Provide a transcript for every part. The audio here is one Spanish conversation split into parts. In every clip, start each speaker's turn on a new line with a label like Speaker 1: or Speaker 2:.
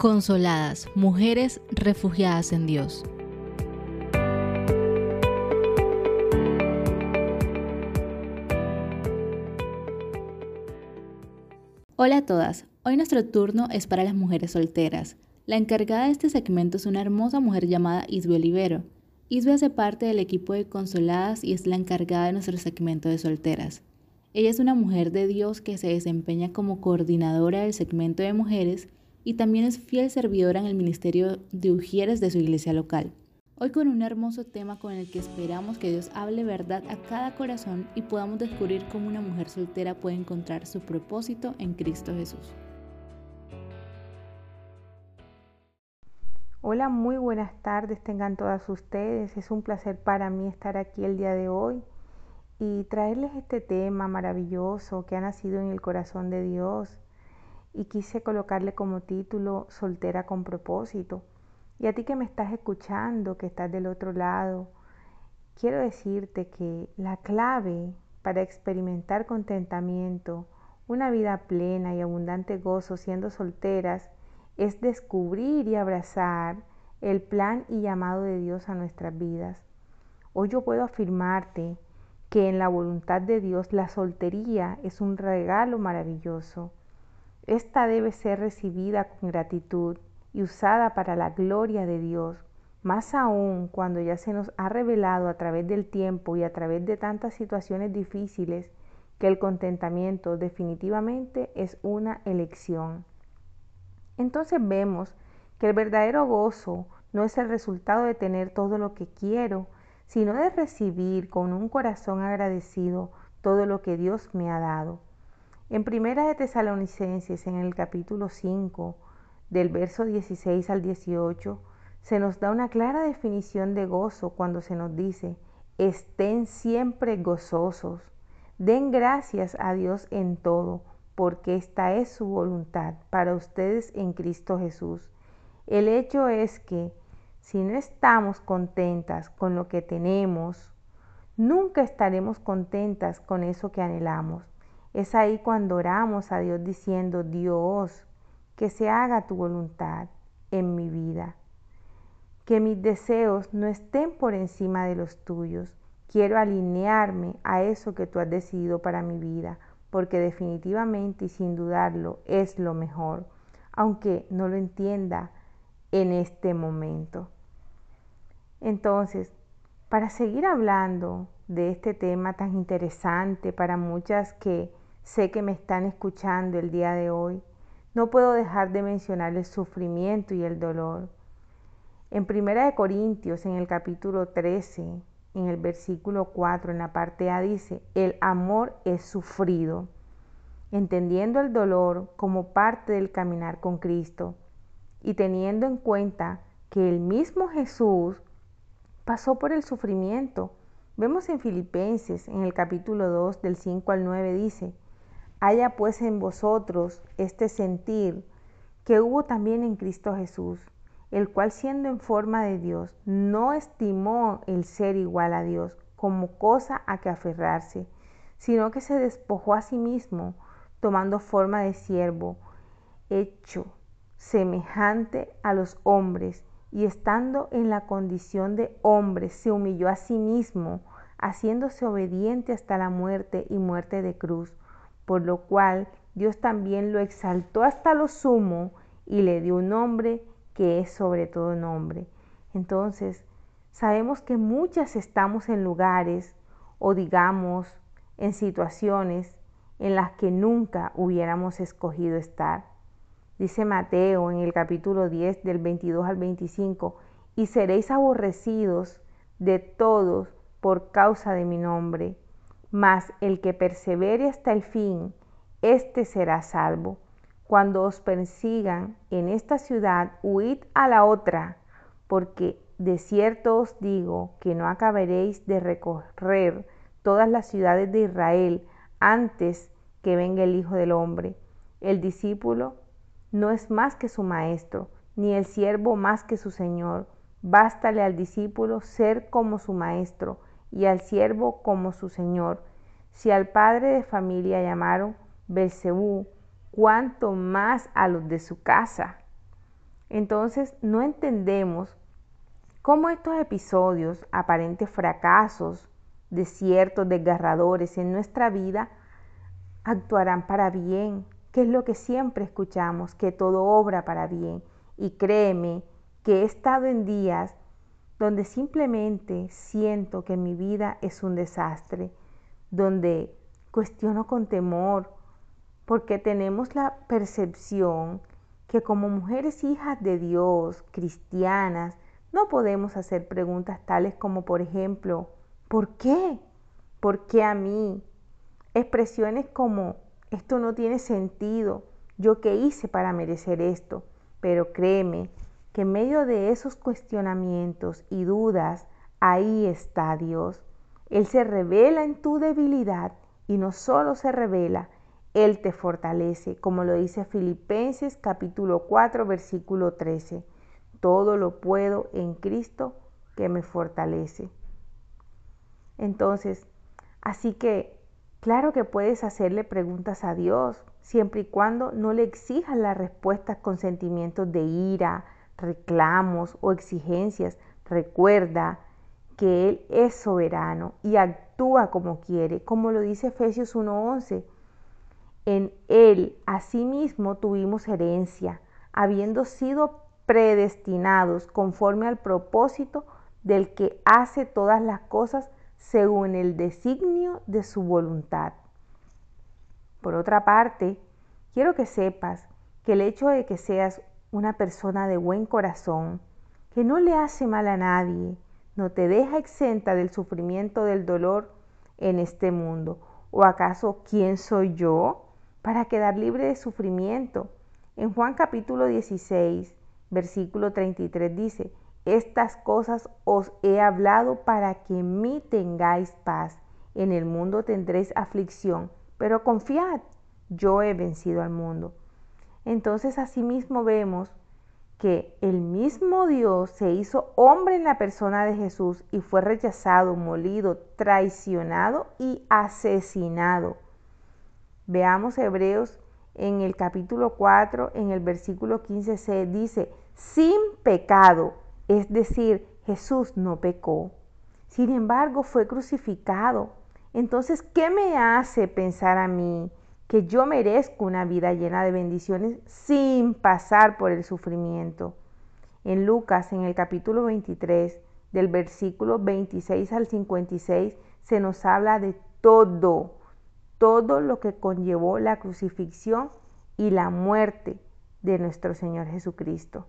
Speaker 1: Consoladas, mujeres refugiadas en Dios. Hola a todas, hoy nuestro turno es para las mujeres solteras. La encargada de este segmento es una hermosa mujer llamada Isbe Olivero. Isbe hace parte del equipo de Consoladas y es la encargada de nuestro segmento de solteras. Ella es una mujer de Dios que se desempeña como coordinadora del segmento de mujeres y también es fiel servidora en el ministerio de Ujieres de su iglesia local. Hoy con un hermoso tema con el que esperamos que Dios hable verdad a cada corazón y podamos descubrir cómo una mujer soltera puede encontrar su propósito en Cristo Jesús.
Speaker 2: Hola, muy buenas tardes tengan todas ustedes. Es un placer para mí estar aquí el día de hoy y traerles este tema maravilloso que ha nacido en el corazón de Dios, y quise colocarle como título Soltera con propósito. Y a ti que me estás escuchando, que estás del otro lado, quiero decirte que la clave para experimentar contentamiento, una vida plena y abundante gozo siendo solteras, es descubrir y abrazar el plan y llamado de Dios a nuestras vidas. Hoy yo puedo afirmarte que en la voluntad de Dios la soltería es un regalo maravilloso. Esta debe ser recibida con gratitud y usada para la gloria de Dios, más aún cuando ya se nos ha revelado a través del tiempo y a través de tantas situaciones difíciles que el contentamiento definitivamente es una elección. Entonces vemos que el verdadero gozo no es el resultado de tener todo lo que quiero, sino de recibir con un corazón agradecido todo lo que Dios me ha dado. En Primera de Tesalonicenses, en el capítulo 5, del verso 16 al 18, se nos da una clara definición de gozo cuando se nos dice: estén siempre gozosos, den gracias a Dios en todo, porque esta es su voluntad para ustedes en Cristo Jesús. El hecho es que si no estamos contentas con lo que tenemos, nunca estaremos contentas con eso que anhelamos. Es ahí cuando oramos a Dios diciendo: Dios, que se haga tu voluntad en mi vida. Que mis deseos no estén por encima de los tuyos. Quiero alinearme a eso que tú has decidido para mi vida, porque definitivamente y sin dudarlo es lo mejor, aunque no lo entienda en este momento. Entonces, para seguir hablando de este tema tan interesante para muchas que sé que me están escuchando el día de hoy, no puedo dejar de mencionar el sufrimiento y el dolor. En 1 Corintios, en el capítulo 13, en el versículo 4, en la parte A dice: el amor es sufrido, entendiendo el dolor como parte del caminar con Cristo y teniendo en cuenta que el mismo Jesús pasó por el sufrimiento. Vemos en Filipenses, en el capítulo 2, del 5 al 9, dice: haya pues en vosotros este sentir que hubo también en Cristo Jesús, el cual siendo en forma de Dios, no estimó el ser igual a Dios como cosa a que aferrarse, sino que se despojó a sí mismo, tomando forma de siervo, hecho semejante a los hombres, y estando en la condición de hombre, se humilló a sí mismo, haciéndose obediente hasta la muerte y muerte de cruz, por lo cual Dios también lo exaltó hasta lo sumo y le dio un nombre que es sobre todo nombre. Entonces, sabemos que muchas estamos en lugares o digamos en situaciones en las que nunca hubiéramos escogido estar. Dice Mateo en el capítulo 10 del 22 al 25: y seréis aborrecidos de todos por causa de mi nombre, mas el que persevere hasta el fin, éste será salvo. Cuando os persigan en esta ciudad, huid a la otra, porque de cierto os digo que no acabaréis de recorrer todas las ciudades de Israel antes que venga el Hijo del Hombre. El discípulo no es más que su maestro, ni el siervo más que su señor. Bástale al discípulo ser como su maestro y al siervo como su señor. Si al padre de familia llamaron Belcebú, cuánto más a los de su casa. Entonces no entendemos cómo estos episodios, aparentes fracasos, desiertos desgarradores en nuestra vida, actuarán para bien, que es lo que siempre escuchamos, que todo obra para bien. Y créeme que he estado en días donde simplemente siento que mi vida es un desastre, donde cuestiono con temor, porque tenemos la percepción que como mujeres hijas de Dios, cristianas, no podemos hacer preguntas tales como, por ejemplo, ¿por qué? ¿Por qué a mí? Expresiones como, esto no tiene sentido, ¿yo qué hice para merecer esto? Pero créeme que en medio de esos cuestionamientos y dudas, ahí está Dios. Él se revela en tu debilidad y no solo se revela, Él te fortalece, como lo dice Filipenses capítulo 4, versículo 13. Todo lo puedo en Cristo que me fortalece. Entonces, así que, claro que puedes hacerle preguntas a Dios, siempre y cuando no le exijas las respuestas con sentimientos de ira, reclamos o exigencias. Recuerda que Él es soberano y actúa como quiere, como lo dice Efesios 1:11. En Él asimismo tuvimos herencia, habiendo sido predestinados conforme al propósito del que hace todas las cosas según el designio de su voluntad. Por otra parte, quiero que sepas que el hecho de que seas una persona de buen corazón, que no le hace mal a nadie, no te deja exenta del sufrimiento del dolor en este mundo. ¿O acaso quién soy yo para quedar libre de sufrimiento? En Juan capítulo 16, versículo 33 dice, estas cosas os he hablado para que en mí tengáis paz. En el mundo tendréis aflicción, pero confiad, yo he vencido al mundo. Entonces asimismo vemos que el mismo Dios se hizo hombre en la persona de Jesús y fue rechazado, molido, traicionado y asesinado. Veamos Hebreos en el capítulo 4, en el versículo 15 se dice, sin pecado, es decir, Jesús no pecó. Sin embargo, fue crucificado. Entonces, ¿qué me hace pensar a mí que yo merezco una vida llena de bendiciones sin pasar por el sufrimiento? En Lucas, en el capítulo 23, del versículo 26 al 56, se nos habla de todo lo que conllevó la crucifixión y la muerte de nuestro Señor Jesucristo.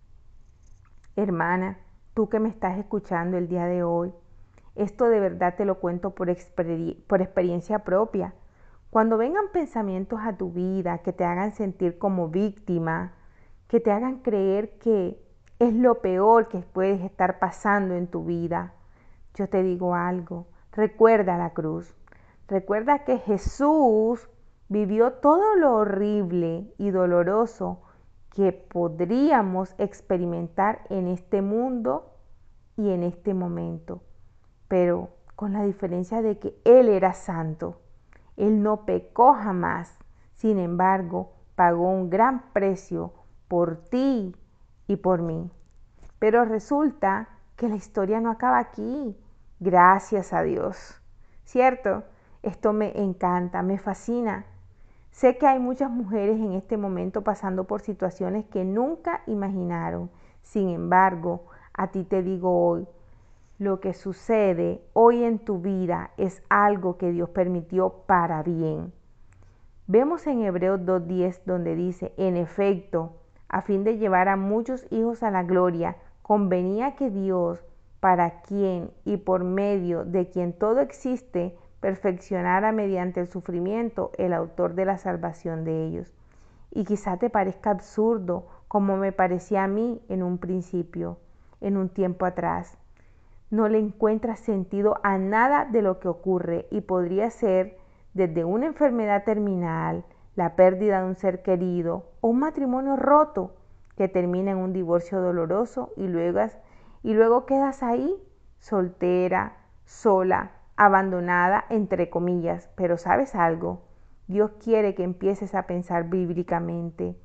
Speaker 2: Hermana, tú que me estás escuchando el día de hoy, esto de verdad te lo cuento por experiencia propia. Cuando vengan pensamientos a tu vida que te hagan sentir como víctima, que te hagan creer que es lo peor que puedes estar pasando en tu vida, yo te digo algo, recuerda la cruz. Recuerda que Jesús vivió todo lo horrible y doloroso que podríamos experimentar en este mundo y en este momento, pero con la diferencia de que Él era santo, Él no pecó jamás, sin embargo, pagó un gran precio por ti y por mí. Pero resulta que la historia no acaba aquí, gracias a Dios, ¿cierto? Esto me encanta, me fascina. Sé que hay muchas mujeres en este momento pasando por situaciones que nunca imaginaron. Sin embargo, a ti te digo hoy, lo que sucede hoy en tu vida es algo que Dios permitió para bien. Vemos en Hebreos 2:10 donde dice, en efecto, a fin de llevar a muchos hijos a la gloria, convenía que Dios, para quien y por medio de quien todo existe, perfeccionara mediante el sufrimiento el autor de la salvación de ellos. Y quizá te parezca absurdo, como me parecía a mí en un principio, en un tiempo atrás. No le encuentras sentido a nada de lo que ocurre y podría ser desde una enfermedad terminal, la pérdida de un ser querido o un matrimonio roto que termina en un divorcio doloroso y luego quedas ahí soltera, sola, abandonada, entre comillas. Pero ¿sabes algo? Dios quiere que empieces a pensar bíblicamente.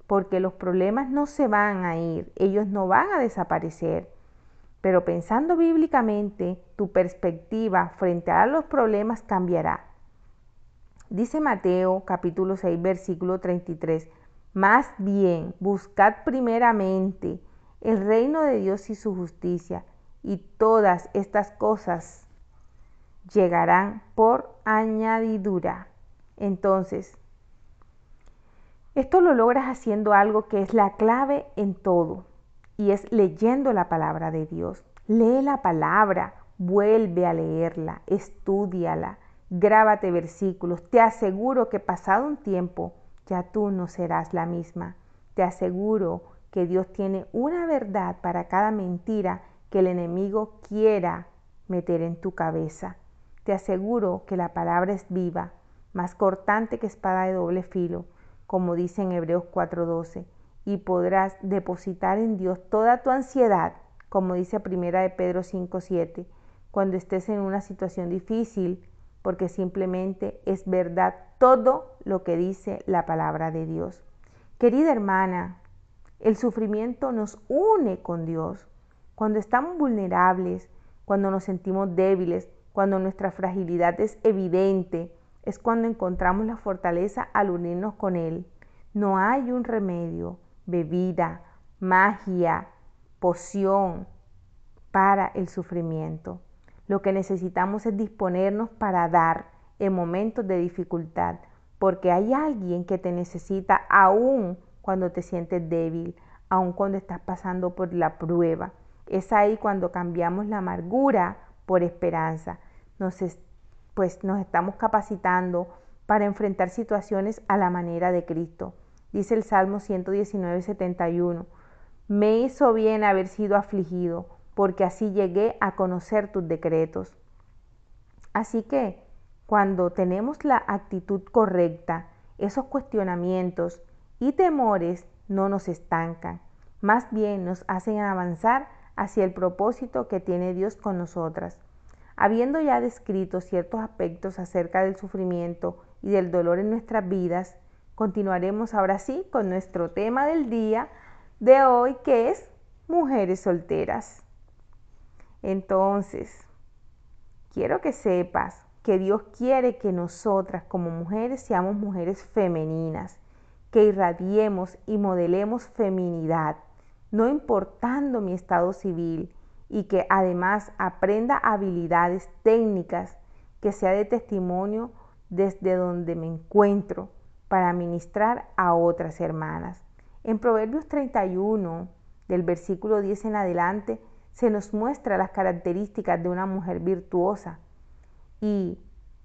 Speaker 2: porque los problemas no se van a ir, ellos no van a desaparecer. Pero pensando bíblicamente, tu perspectiva frente a los problemas cambiará. Dice Mateo capítulo 6, versículo 33, más bien buscad primeramente el reino de Dios y su justicia, y todas estas cosas llegarán por añadidura. Entonces, esto lo logras haciendo algo que es la clave en todo, y es leyendo la palabra de Dios. Lee la palabra, vuelve a leerla, estúdiala, grábate versículos. Te aseguro que pasado un tiempo ya tú no serás la misma. Te aseguro que Dios tiene una verdad para cada mentira que el enemigo quiera meter en tu cabeza. Te aseguro que la palabra es viva, más cortante que espada de doble filo, como dice en Hebreos 4:12, y podrás depositar en Dios toda tu ansiedad, como dice Primera de Pedro 5:7, cuando estés en una situación difícil, porque simplemente es verdad todo lo que dice la palabra de Dios. Querida hermana, el sufrimiento nos une con Dios. Cuando estamos vulnerables, cuando nos sentimos débiles, cuando nuestra fragilidad es evidente, es cuando encontramos la fortaleza al unirnos con Él. No hay un remedio, bebida, magia, poción para el sufrimiento. Lo que necesitamos es disponernos para dar en momentos de dificultad, porque hay alguien que te necesita aún cuando te sientes débil, aún cuando estás pasando por la prueba. Es ahí cuando cambiamos la amargura por esperanza. Nos estamos capacitando para enfrentar situaciones a la manera de Cristo. Dice el Salmo 119:71, me hizo bien haber sido afligido, porque así llegué a conocer tus decretos. Así que cuando tenemos la actitud correcta, esos cuestionamientos y temores no nos estancan, más bien nos hacen avanzar hacia el propósito que tiene Dios con nosotras. Habiendo ya descrito ciertos aspectos acerca del sufrimiento y del dolor en nuestras vidas, continuaremos ahora sí con nuestro tema del día de hoy, que es mujeres solteras. Entonces, quiero que sepas que Dios quiere que nosotras como mujeres seamos mujeres femeninas, que irradiemos y modelemos feminidad, no importando mi estado civil, y que además aprenda habilidades técnicas que sea de testimonio desde donde me encuentro para ministrar a otras hermanas. En Proverbios 31, del versículo 10 en adelante, se nos muestra las características de una mujer virtuosa y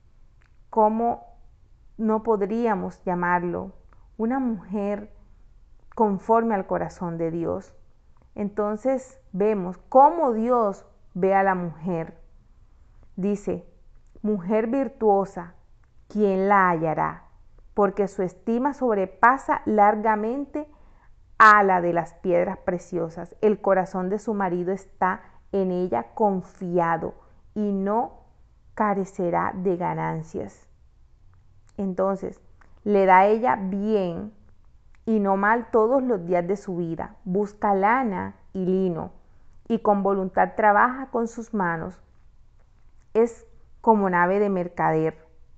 Speaker 2: cómo no podríamos llamarlo una mujer conforme al corazón de Dios. Entonces vemos cómo Dios ve a la mujer. Dice, mujer virtuosa, ¿quién la hallará? Porque su estima sobrepasa largamente a la de las piedras preciosas. El corazón de su marido está en ella confiado y no carecerá de ganancias. Entonces, le da a ella bien y no mal todos los días de su vida. Busca lana y lino y con voluntad trabaja con sus manos. Es como nave de mercader.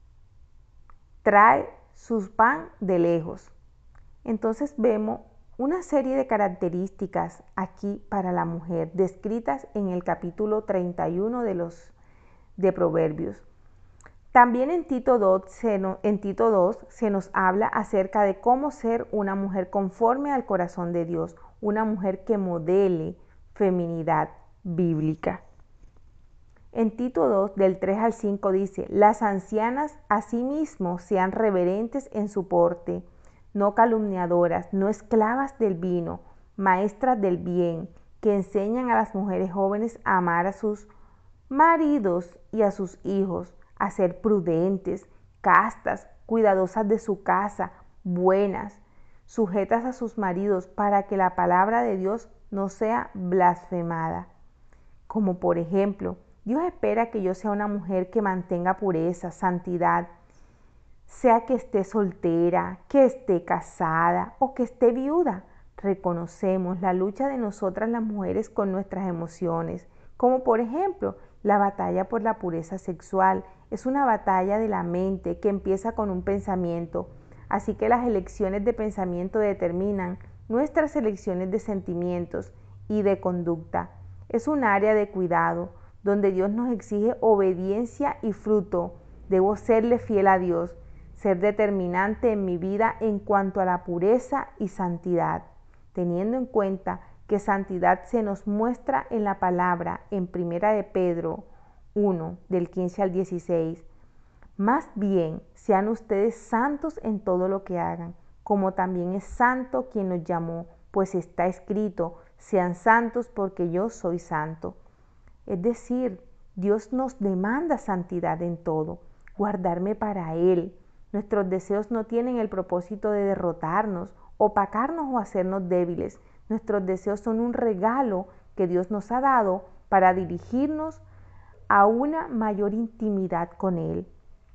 Speaker 2: Trae sus pan de lejos. Entonces vemos una serie de características aquí para la mujer, descritas en el capítulo 31 de Proverbios. También en Tito 2 se nos habla acerca de cómo ser una mujer conforme al corazón de Dios, una mujer que modele feminidad bíblica. En Tito 2, del 3 al 5 dice, las ancianas asimismo sean reverentes en su porte, no calumniadoras, no esclavas del vino, maestras del bien, que enseñan a las mujeres jóvenes a amar a sus maridos y a sus hijos, a ser prudentes, castas, cuidadosas de su casa, buenas, sujetas a sus maridos, para que la palabra de Dios no sea blasfemada. Como por ejemplo, Dios espera que yo sea una mujer que mantenga pureza, santidad, sea que esté soltera, que esté casada o que esté viuda. Reconocemos la lucha de nosotras las mujeres con nuestras emociones, como por ejemplo la batalla por la pureza sexual. Es una batalla de la mente que empieza con un pensamiento, así que las elecciones de pensamiento determinan nuestras elecciones de sentimientos y de conducta. Es un área de cuidado donde Dios nos exige obediencia y fruto. Debo serle fiel a Dios, ser determinante en mi vida en cuanto a la pureza y santidad, teniendo en cuenta que santidad se nos muestra en la palabra en 1 de Pedro 1, del 15 al 16. Más bien, sean ustedes santos en todo lo que hagan, como también es santo quien los llamó, pues está escrito, sean santos porque yo soy santo. Es decir, Dios nos demanda santidad en todo, guardarme para Él. Nuestros deseos no tienen el propósito de derrotarnos, opacarnos o hacernos débiles. Nuestros deseos son un regalo que Dios nos ha dado para dirigirnos a una mayor intimidad con Él.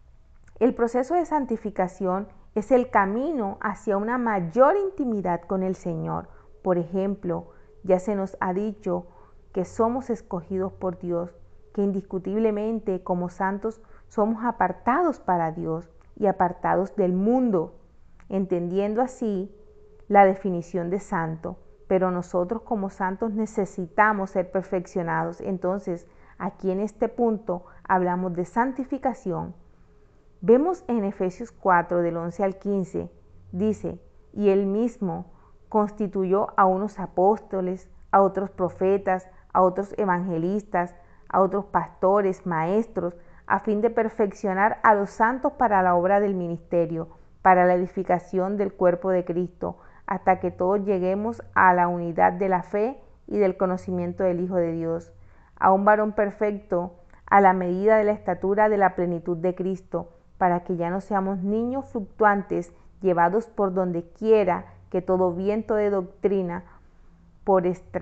Speaker 2: El proceso de santificación es el camino hacia una mayor intimidad con el Señor. Por ejemplo, ya se nos ha dicho que somos escogidos por Dios, que indiscutiblemente como santos somos apartados para Dios y apartados del mundo, entendiendo así la definición de santo. Pero nosotros como santos necesitamos ser perfeccionados. Entonces, aquí en este punto hablamos de santificación. Vemos en Efesios 4, del 11 al 15, dice, y Él mismo constituyó a unos apóstoles, a otros profetas, a otros evangelistas, a otros pastores, maestros, a fin de perfeccionar a los santos para la obra del ministerio, para la edificación del cuerpo de Cristo, hasta que todos lleguemos a la unidad de la fe y del conocimiento del Hijo de Dios, a un varón perfecto, a la medida de la estatura de la plenitud de Cristo, para que ya no seamos niños fluctuantes, llevados por donde quiera que todo viento de doctrina, por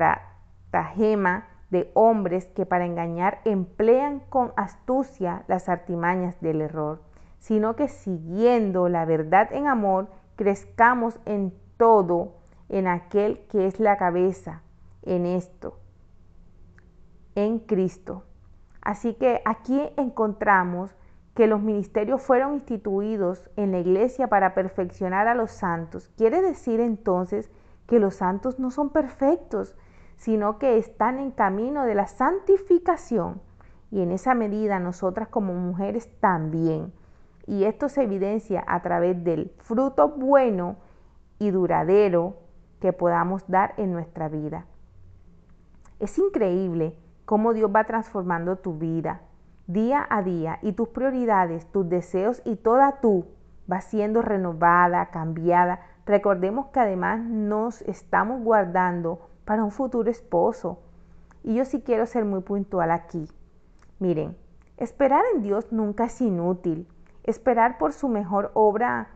Speaker 2: estratagema de hombres que para engañar emplean con astucia las artimañas del error, sino que siguiendo la verdad en amor, crezcamos en todo en aquel que es la cabeza, en esto, en Cristo. Así que aquí encontramos que los ministerios fueron instituidos en la iglesia para perfeccionar a los santos. Quiere decir entonces que los santos no son perfectos, sino que están en camino de la santificación. Y en esa medida nosotras como mujeres también. Y esto se evidencia a través del fruto bueno y duradero que podamos dar en nuestra vida. Es increíble cómo Dios va transformando tu vida día a día y tus prioridades, tus deseos y toda tú va siendo renovada, cambiada. Recordemos que además nos estamos guardando para un futuro esposo. Y yo sí quiero ser muy puntual aquí. Miren, esperar en Dios nunca es inútil. Esperar por su mejor obra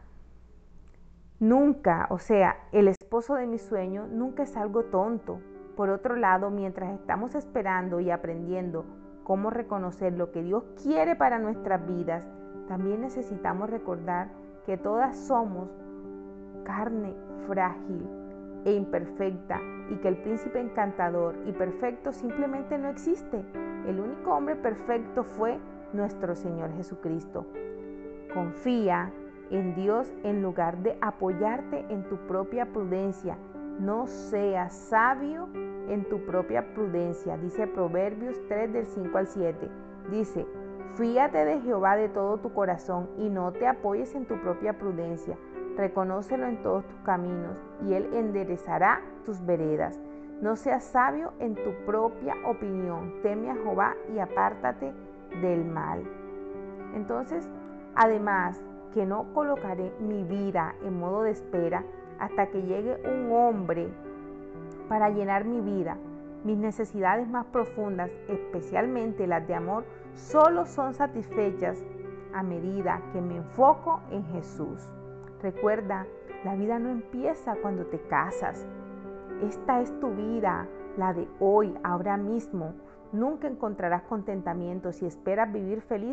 Speaker 2: nunca, o sea, el esposo de mi sueño nunca es algo tonto. Por otro lado, mientras estamos esperando y aprendiendo cómo reconocer lo que Dios quiere para nuestras vidas, también necesitamos recordar que todas somos carne frágil e imperfecta y que el príncipe encantador y perfecto simplemente no existe. El único hombre perfecto fue nuestro Señor Jesucristo. Confía en Dios en lugar de apoyarte en tu propia prudencia. No seas sabio en tu propia prudencia, dice Proverbios 3 del 5 al 7. Dice, fíate de Jehová de todo tu corazón y no te apoyes en tu propia prudencia. Reconócelo en todos tus caminos y Él enderezará tus veredas. No seas sabio en tu propia opinión. Teme a Jehová y apártate del mal. Entonces, además que no colocaré mi vida en modo de espera hasta que llegue un hombre para llenar mi vida. Mis necesidades más profundas, especialmente las de amor, solo son satisfechas a medida que me enfoco en Jesús. Recuerda, la vida no empieza cuando te casas. Esta es tu vida, la de hoy, ahora mismo. Nunca encontrarás contentamiento si esperas vivir feliz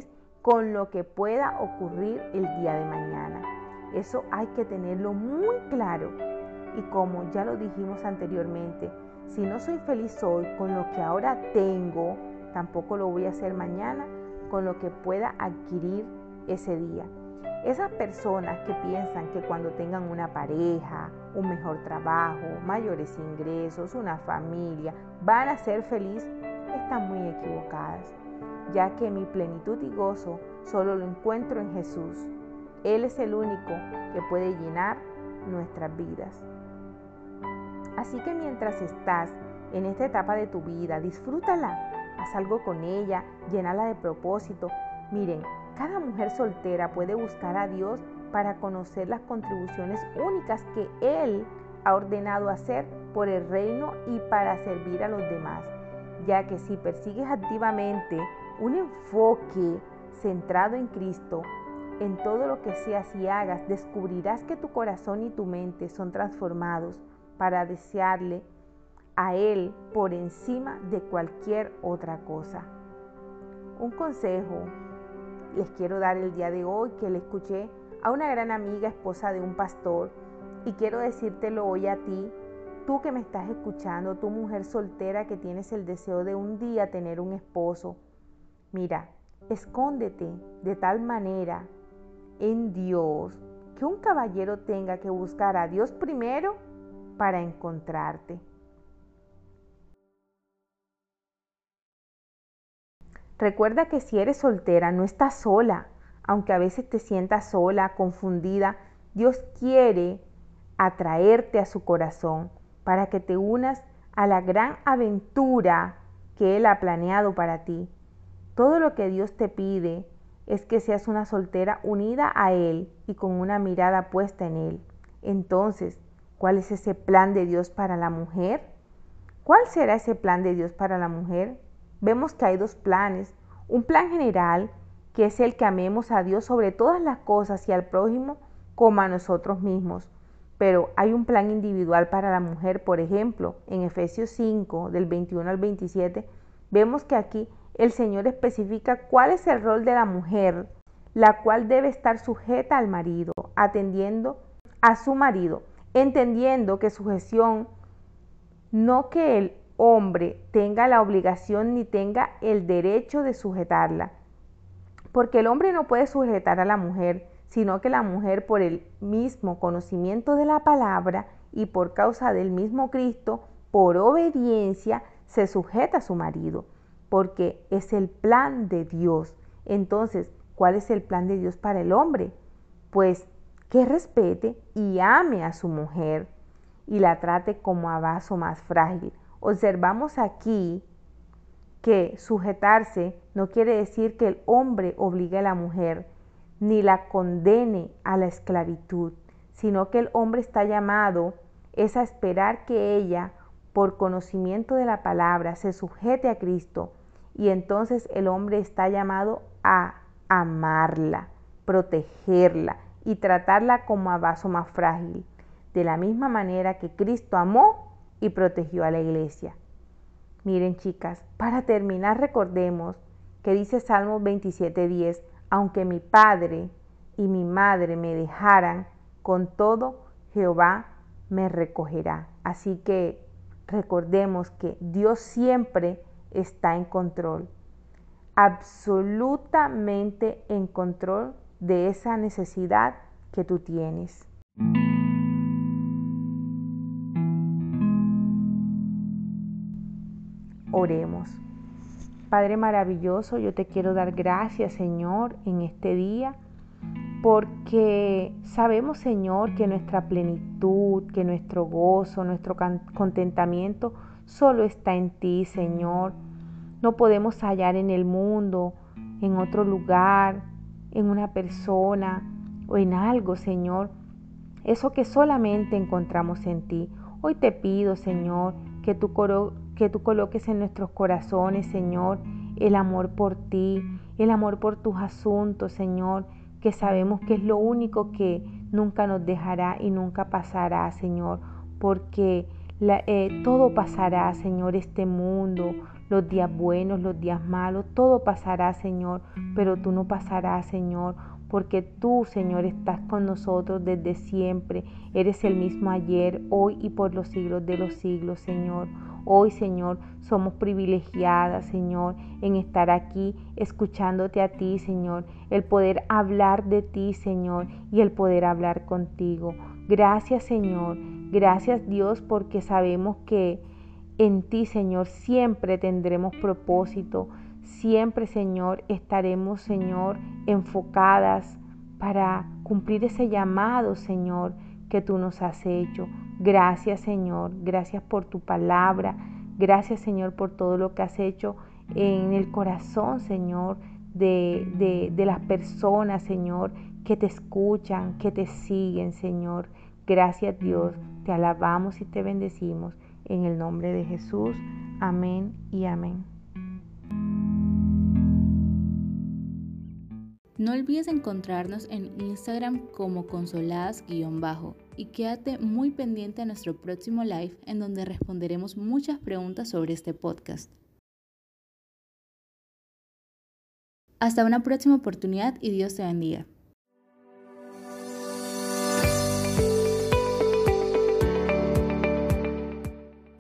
Speaker 2: con lo que pueda ocurrir el día de mañana. Eso hay que tenerlo muy claro. Y como ya lo dijimos anteriormente, si no soy feliz hoy con lo que ahora tengo, tampoco lo voy a hacer mañana con lo que pueda adquirir ese día. Esas personas que piensan que cuando tengan una pareja, un mejor trabajo, mayores ingresos, una familia, van a ser felices, están muy equivocadas, ya que mi plenitud y gozo solo lo encuentro en Jesús. Él es el único que puede llenar nuestras vidas. Así que mientras estás en esta etapa de tu vida, disfrútala, haz algo con ella, llénala de propósito. Miren, cada mujer soltera puede buscar a Dios para conocer las contribuciones únicas que Él ha ordenado hacer por el reino y para servir a los demás, ya que si persigues activamente un enfoque centrado en Cristo, en todo lo que seas y hagas, descubrirás que tu corazón y tu mente son transformados para desearle a Él por encima de cualquier otra cosa. Un consejo les quiero dar el día de hoy que le escuché a una gran amiga, esposa de un pastor, y quiero decírtelo hoy a ti, tú que me estás escuchando, tú mujer soltera que tienes el deseo de un día tener un esposo. Mira, escóndete de tal manera en Dios que un caballero tenga que buscar a Dios primero para encontrarte. Recuerda que si eres soltera no estás sola, aunque a veces te sientas sola, confundida. Dios quiere atraerte a su corazón para que te unas a la gran aventura que Él ha planeado para ti. Todo lo que Dios te pide es que seas una soltera unida a Él y con una mirada puesta en Él. Entonces, ¿cuál es ese plan de Dios para la mujer? ¿Cuál será ese plan de Dios para la mujer? Vemos que hay dos planes. Un plan general, que es el que amemos a Dios sobre todas las cosas y al prójimo como a nosotros mismos. Pero hay un plan individual para la mujer. Por ejemplo, en Efesios 5, del 21 al 27, vemos que aquí el Señor especifica cuál es el rol de la mujer, la cual debe estar sujeta al marido, atendiendo a su marido, entendiendo que sujeción no que el hombre tenga la obligación ni tenga el derecho de sujetarla, porque el hombre no puede sujetar a la mujer, sino que la mujer por el mismo conocimiento de la palabra y por causa del mismo Cristo, por obediencia, se sujeta a su marido, porque es el plan de Dios. Entonces, ¿cuál es el plan de Dios para el hombre? Pues que respete y ame a su mujer y la trate como a vaso más frágil. Observamos aquí que sujetarse no quiere decir que el hombre obligue a la mujer ni la condene a la esclavitud, sino que el hombre está llamado es a esperar que ella, por conocimiento de la palabra, se sujete a Cristo, y entonces el hombre está llamado a amarla, protegerla y tratarla como a vaso más frágil, de la misma manera que Cristo amó y protegió a la iglesia. Miren, chicas, para terminar recordemos que dice Salmos 27:10, aunque mi padre y mi madre me dejaran, con todo Jehová me recogerá. Así que recordemos que Dios siempre está en control, absolutamente en control de esa necesidad que tú tienes. Oremos. Padre maravilloso, yo te quiero dar gracias, Señor, en este día, porque sabemos, Señor, que nuestra plenitud, que nuestro gozo, nuestro contentamiento solo está en ti, Señor. No podemos hallar en el mundo, en otro lugar, en una persona o en algo, Señor, eso que solamente encontramos en ti. Hoy te pido, Señor, que tú coloques en nuestros corazones, Señor, el amor por ti, el amor por tus asuntos, Señor, que sabemos que es lo único que nunca nos dejará y nunca pasará, Señor, porque todo pasará, Señor, este mundo, los días buenos, los días malos, todo pasará, Señor, pero tú no pasarás, Señor, porque tú, Señor, estás con nosotros desde siempre. Eres el mismo ayer, hoy y por los siglos de los siglos, Señor. Hoy, Señor, somos privilegiadas, Señor, en estar aquí escuchándote a ti, Señor, el poder hablar de ti, Señor, y el poder hablar contigo. Gracias, Señor. Gracias, Dios, porque sabemos que en ti, Señor, siempre tendremos propósito. Siempre, Señor, estaremos, Señor, enfocadas para cumplir ese llamado, Señor, que tú nos has hecho. Gracias, Señor. Gracias por tu palabra. Gracias, Señor, por todo lo que has hecho en el corazón, Señor, de las personas, Señor, que te escuchan, que te siguen, Señor. Gracias, Dios. Te alabamos y te bendecimos. En el nombre de Jesús. Amén y amén.
Speaker 1: No olvides encontrarnos en Instagram como consoladas_, y quédate muy pendiente a nuestro próximo live en donde responderemos muchas preguntas sobre este podcast. Hasta una próxima oportunidad y Dios te bendiga.